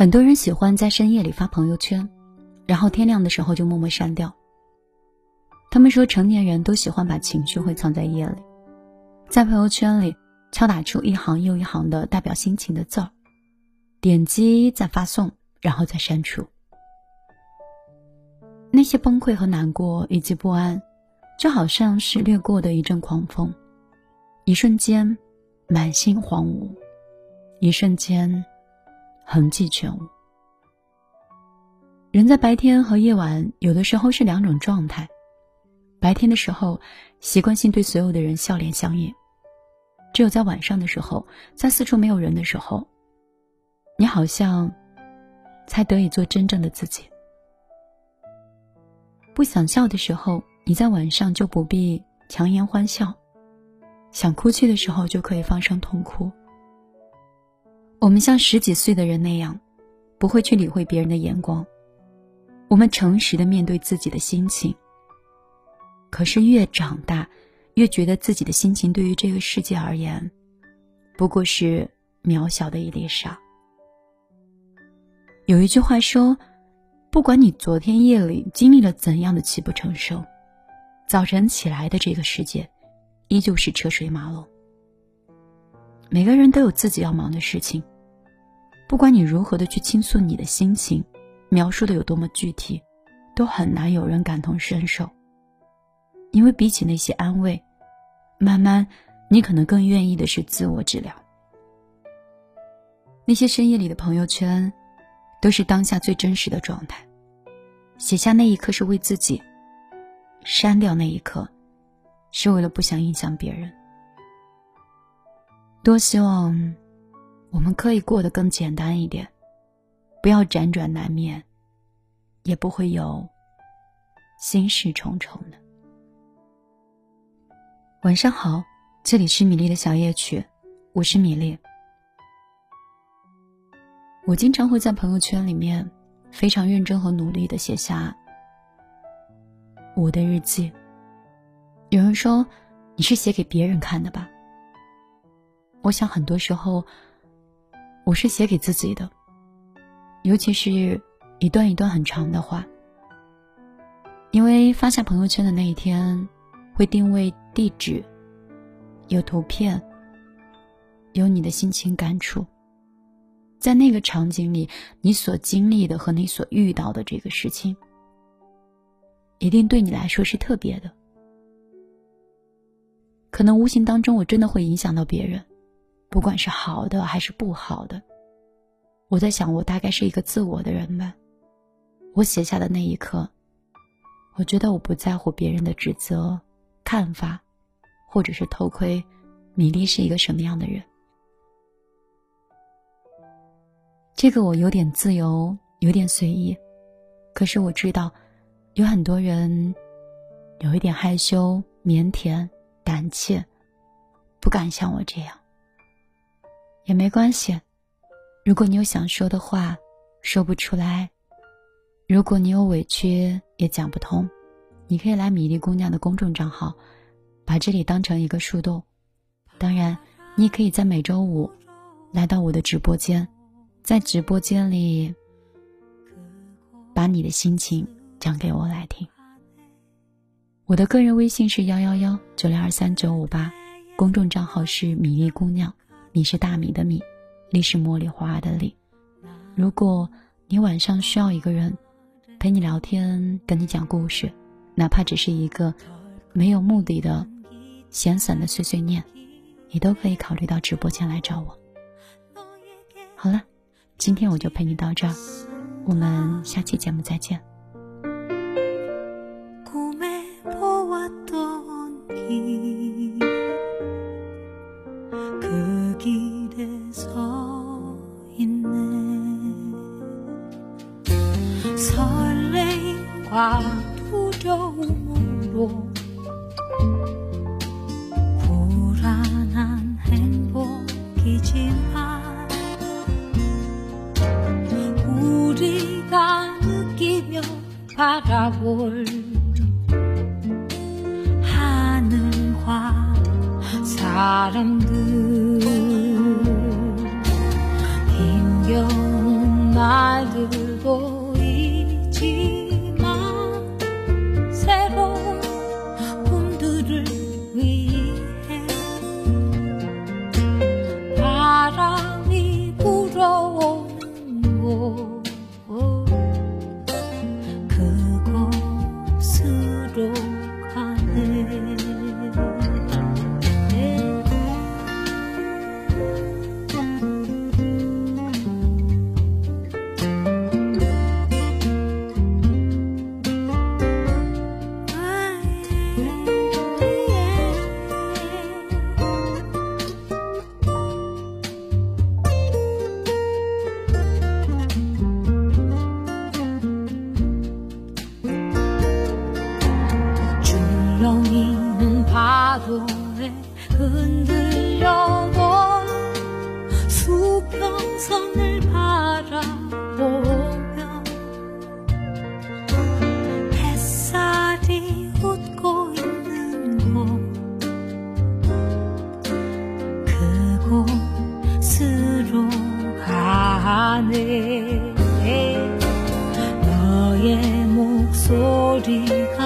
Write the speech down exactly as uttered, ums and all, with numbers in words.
很多人喜欢在深夜里发朋友圈，然后天亮的时候就默默删掉。他们说成年人都喜欢把情绪会藏在夜里，在朋友圈里敲打出一行又一行的代表心情的字儿，点击再发送，然后再删除。那些崩溃和难过以及不安，就好像是掠过的一阵狂风，一瞬间满心荒芜，一瞬间痕迹全无。人在白天和夜晚有的时候是两种状态，白天的时候习惯性对所有的人笑脸相迎，只有在晚上的时候，在四处没有人的时候，你好像才得以做真正的自己。不想笑的时候，你在晚上就不必强颜欢笑，想哭泣的时候就可以放声痛哭。我们像十几岁的人那样，不会去理会别人的眼光，我们诚实地面对自己的心情。可是越长大，越觉得自己的心情对于这个世界而言，不过是渺小的一粒沙。有一句话说，不管你昨天夜里经历了怎样的泣不成声，早晨起来的这个世界依旧是车水马龙。每个人都有自己要忙的事情，不管你如何的去倾诉你的心情，描述的有多么具体，都很难有人感同身受。因为比起那些安慰，慢慢你可能更愿意的是自我治疗。那些深夜里的朋友圈都是当下最真实的状态，写下那一刻是为自己，删掉那一刻是为了不想影响别人。多希望我们可以过得更简单一点，不要辗转难眠，也不会有心事重重的。晚上好，这里是米粒的小夜曲，我是米粒。我经常会在朋友圈里面非常认真和努力地写下我的日记。有人说，你是写给别人看的吧？我想很多时候我是写给自己的，尤其是一段一段很长的话。因为发下朋友圈的那一天会定位地址，有图片，有你的心情感触，在那个场景里，你所经历的和你所遇到的这个事情一定对你来说是特别的。可能无形当中我真的会影响到别人，不管是好的还是不好的。我在想，我大概是一个自我的人吧。我写下的那一刻，我觉得我不在乎别人的指责、看法，或者是偷窥米粒是一个什么样的人。这个我有点自由，有点随意，可是我知道有很多人有一点害羞、腼腆、胆怯，不敢像我这样。也没关系，如果你有想说的话说不出来，如果你有委屈也讲不通，你可以来米粒姑娘的公众账号，把这里当成一个树洞。当然你也可以在每周五来到我的直播间，在直播间里把你的心情讲给我来听。我的个人微信是幺幺幺九零二三九五八，公众账号是米粒姑娘，米是大米的米，粒是茉莉花的粒。如果你晚上需要一个人陪你聊天，跟你讲故事，哪怕只是一个没有目的的闲散的碎碎念，你都可以考虑到直播间来找我。好了，今天我就陪你到这儿，我们下期节目再见。 바라볼 하늘과 사람들 힘겨운 날 풍선을 바라보며 햇살이 웃고 있는 곳 그곳으로 가네 너의 목소리가